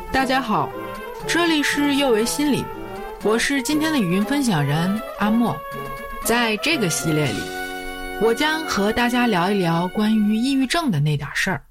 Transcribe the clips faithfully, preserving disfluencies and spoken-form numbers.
大家好，这里是幼为心理，我是今天的语音分享人阿莫。在这个系列里，我将和大家聊一聊关于抑郁症的那点事儿。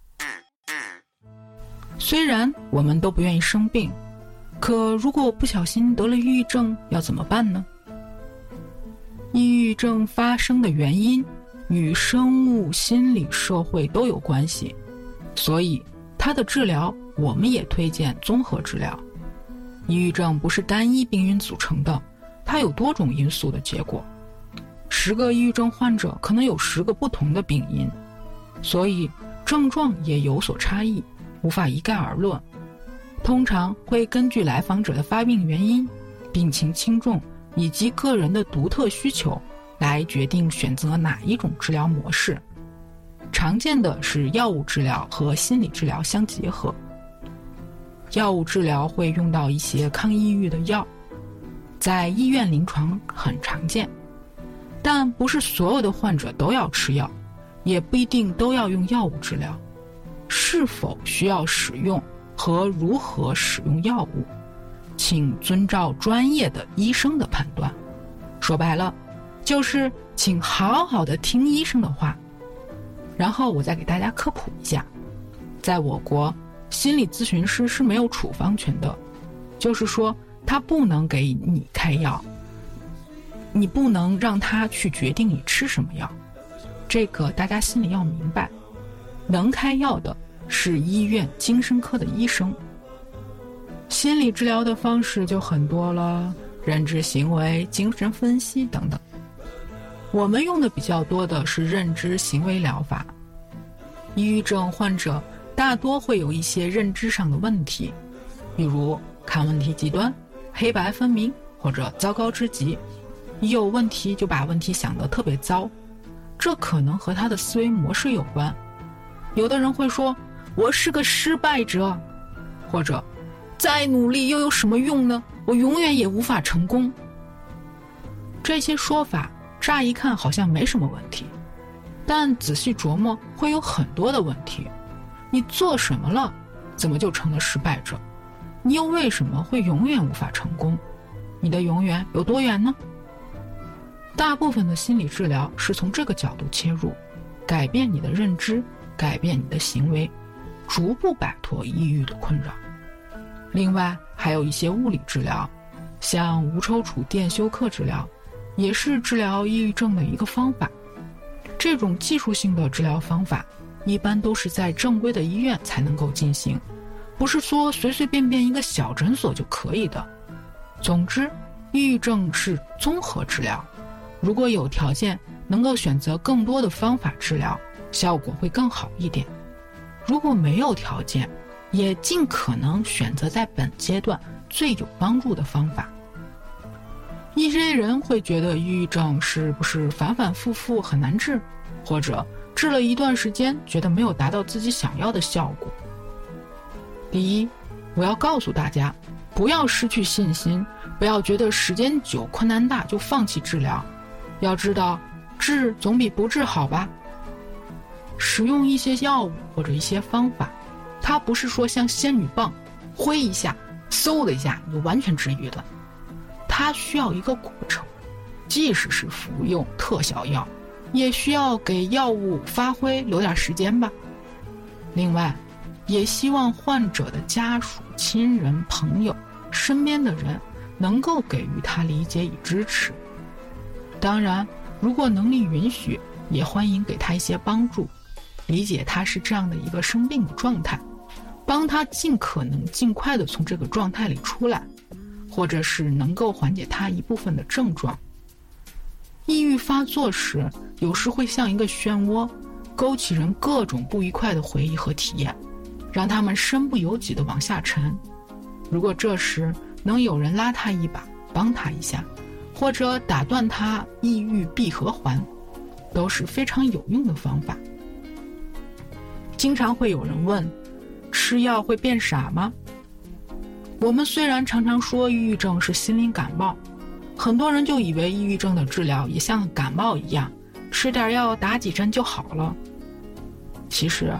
虽然我们都不愿意生病，可如果不小心得了抑郁症要怎么办呢？抑郁症发生的原因与生物、心理、社会都有关系，所以它的治疗我们也推荐综合治疗。抑郁症不是单一病因组成的，它有多种因素的结果。十个抑郁症患者可能有十个不同的病因，所以症状也有所差异，无法一概而论。通常会根据来访者的发病原因、病情轻重以及个人的独特需求来决定选择哪一种治疗模式。常见的是药物治疗和心理治疗相结合。药物治疗会用到一些抗抑郁的药，在医院临床很常见，但不是所有的患者都要吃药，也不一定都要用药物治疗。是否需要使用和如何使用药物，请遵照专业的医生的判断。说白了，就是请好好的听医生的话。然后我再给大家科普一下，在我国，心理咨询师是没有处方权的，就是说他不能给你开药，你不能让他去决定你吃什么药，这个大家心里要明白。能开药的是医院精神科的医生。心理治疗的方式就很多了，认知行为、精神分析等等。我们用的比较多的是认知行为疗法。抑郁症患者大多会有一些认知上的问题，比如看问题极端、黑白分明或者糟糕之极，一有问题就把问题想得特别糟，这可能和他的思维模式有关。有的人会说，我是个失败者，或者再努力又有什么用呢？我永远也无法成功。这些说法乍一看好像没什么问题，但仔细琢磨会有很多的问题。你做什么了，怎么就成了失败者？你又为什么会永远无法成功？你的永远有多远呢？大部分的心理治疗是从这个角度切入，改变你的认知，改变你的行为，逐步摆脱抑郁的困扰。另外还有一些物理治疗，像无抽搐电休克治疗，也是治疗抑郁症的一个方法。这种技术性的治疗方法一般都是在正规的医院才能够进行，不是说随随便便一个小诊所就可以的。总之，抑郁症是综合治疗，如果有条件能够选择更多的方法治疗，效果会更好一点。如果没有条件，也尽可能选择在本阶段最有帮助的方法。一些人会觉得抑郁症是不是反反复复很难治，或者治了一段时间觉得没有达到自己想要的效果。第一，我要告诉大家，不要失去信心，不要觉得时间久困难大就放弃治疗。要知道，治总比不治好吧。使用一些药物或者一些方法，它不是说像仙女棒挥一下嗖的一下你就完全治愈了，它需要一个过程，即使是服用特效药，也需要给药物发挥留点时间吧。另外，也希望患者的家属、亲人、朋友、身边的人能够给予他理解与支持。当然，如果能力允许，也欢迎给他一些帮助，理解他是这样的一个生病的状态，帮他尽可能尽快地从这个状态里出来，或者是能够缓解他一部分的症状。抑郁发作时，有时会像一个漩涡，勾起人各种不愉快的回忆和体验，让他们身不由己地往下沉。如果这时能有人拉他一把，帮他一下，或者打断他抑郁闭合环，都是非常有用的方法。经常会有人问，吃药会变傻吗？我们虽然常常说抑郁症是心灵感冒，很多人就以为抑郁症的治疗也像感冒一样，吃点药打几针就好了。其实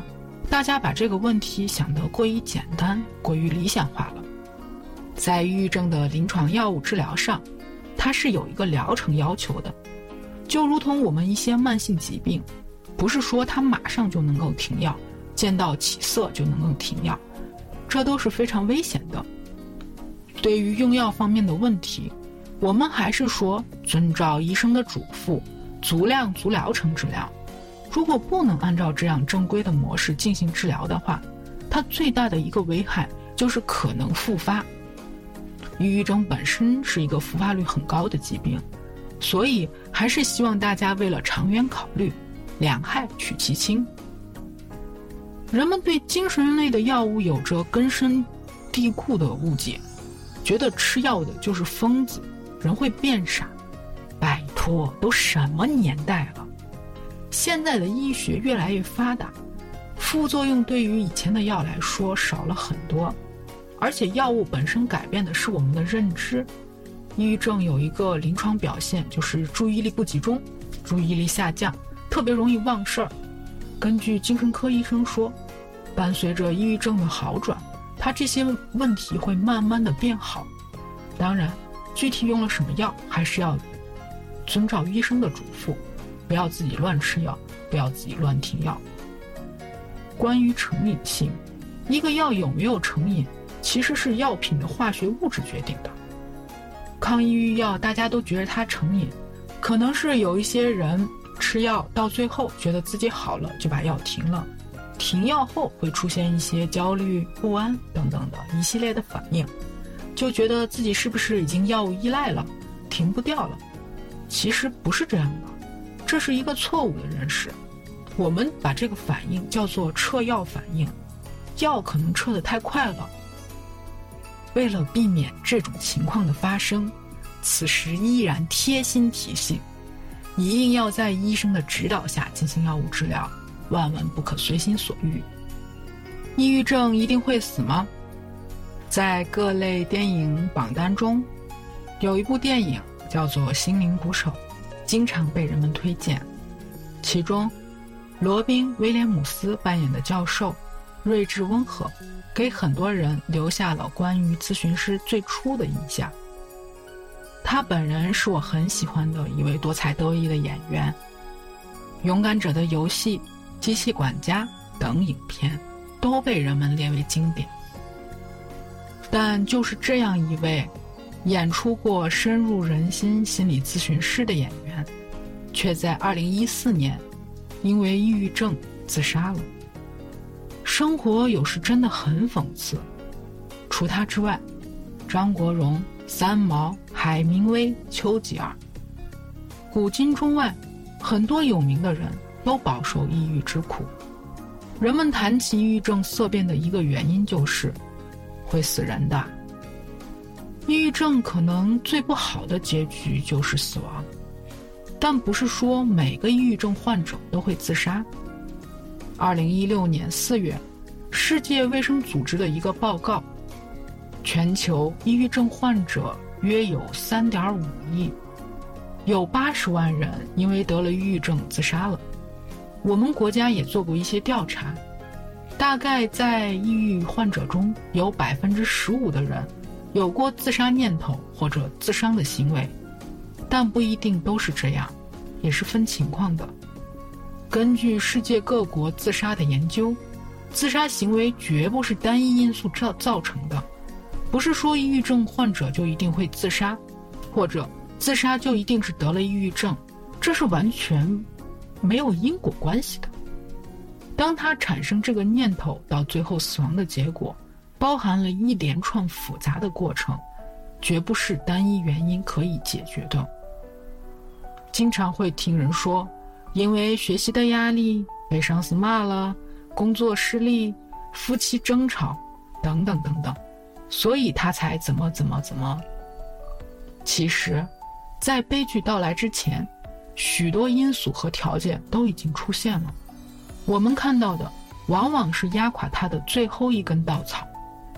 大家把这个问题想得过于简单，过于理想化了。在抑郁症的临床药物治疗上，它是有一个疗程要求的，就如同我们一些慢性疾病，不是说它马上就能够停药，见到起色就能够停药，这都是非常危险的。对于用药方面的问题，我们还是说遵照医生的嘱咐，足量足疗程治疗。如果不能按照这样正规的模式进行治疗的话，它最大的一个危害就是可能复发。抑郁症本身是一个复发率很高的疾病，所以还是希望大家为了长远考虑，两害取其轻。人们对精神类的药物有着根深蒂固的误解，觉得吃药的就是疯子，人会变傻。拜托，都什么年代了，现在的医学越来越发达，副作用对于以前的药来说少了很多，而且药物本身改变的是我们的认知。抑郁症有一个临床表现，就是注意力不集中，注意力下降，特别容易忘事儿。根据精神科医生说，伴随着抑郁症的好转，他这些问题会慢慢的变好。当然，具体用了什么药，还是要遵照医生的嘱咐，不要自己乱吃药，不要自己乱停药。关于成瘾性，一个药有没有成瘾，其实是药品的化学物质决定的。抗抑郁药大家都觉得它成瘾，可能是有一些人吃药到最后觉得自己好了就把药停了，停药后会出现一些焦虑、不安等等的一系列的反应，就觉得自己是不是已经药物依赖了，停不掉了。其实不是这样的，这是一个错误的认识。我们把这个反应叫做撤药反应，药可能撤得太快了。为了避免这种情况的发生，此时依然贴心提醒，一定要在医生的指导下进行药物治疗，万万不可随心所欲。抑郁症一定会死吗？在各类电影榜单中，有一部电影叫做《心灵捕手》，经常被人们推荐。其中罗宾·威廉姆斯扮演的教授睿智温和，给很多人留下了关于咨询师最初的印象。他本人是我很喜欢的一位多才多艺的演员，《勇敢者的游戏》、《机器管家》等影片都被人们列为经典。但就是这样一位演出过深入人心心理咨询师的演员，却在二零一四年因为抑郁症自杀了。生活有时真的很讽刺，除他之外，张国荣、三毛、海明威、丘吉尔，古今中外很多有名的人都饱受抑郁之苦。人们谈起抑郁症色变的一个原因就是会死人的。抑郁症可能最不好的结局就是死亡，但不是说每个抑郁症患者都会自杀。二零一六年四月，世界卫生组织的一个报告，全球抑郁症患者约有 三点五亿，有八十万人因为得了抑郁症自杀了。我们国家也做过一些调查，大概在抑郁患者中有 百分之十五 的人有过自杀念头或者自伤的行为，但不一定都是这样，也是分情况的。根据世界各国自杀的研究，自杀行为绝不是单一因素造造成的，不是说抑郁症患者就一定会自杀，或者自杀就一定是得了抑郁症，这是完全没有因果关系的。当他产生这个念头到最后死亡的结果，包含了一连串复杂的过程，绝不是单一原因可以解决的。经常会听人说，因为学习的压力，被上司骂了，工作失利，夫妻争吵等等等等，所以他才怎么怎么怎么。其实在悲剧到来之前，许多因素和条件都已经出现了，我们看到的往往是压垮他的最后一根稻草。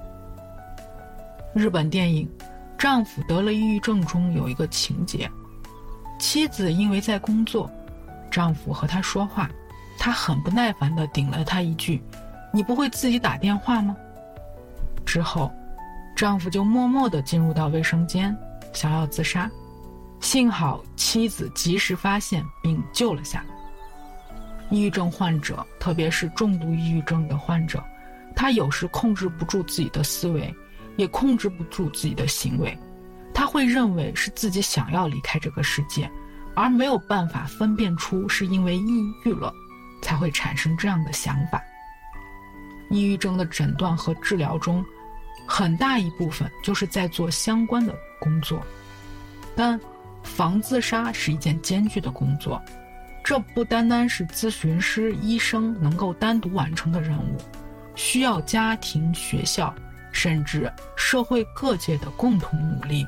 日本电影《丈夫得了抑郁症》中有一个情节，妻子因为在工作，丈夫和她说话，她很不耐烦地顶了他一句： 你不会自己打电话吗？之后，丈夫就默默地进入到卫生间，想要自杀。幸好妻子及时发现并救了下来。抑郁症患者，特别是重度抑郁症的患者，他有时控制不住自己的思维，也控制不住自己的行为。他会认为是自己想要离开这个世界，而没有办法分辨出是因为抑郁了才会产生这样的想法。抑郁症的诊断和治疗中，很大一部分就是在做相关的工作，但防自杀是一件艰巨的工作，这不单单是咨询师、医生能够单独完成的任务，需要家庭、学校，甚至社会各界的共同努力。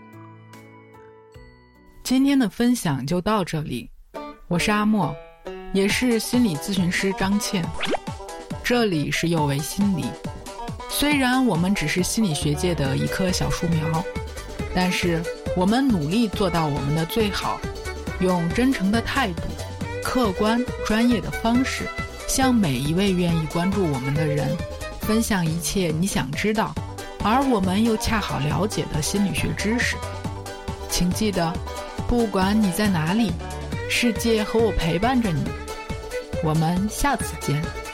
今天的分享就到这里，我是阿莫，也是心理咨询师张倩，这里是有为心理。虽然我们只是心理学界的一棵小树苗，但是我们努力做到我们的最好，用真诚的态度、客观专业的方式，向每一位愿意关注我们的人分享一切你想知道而我们又恰好了解的心理学知识。请记得，不管你在哪里，世界和我陪伴着你。我们下次见。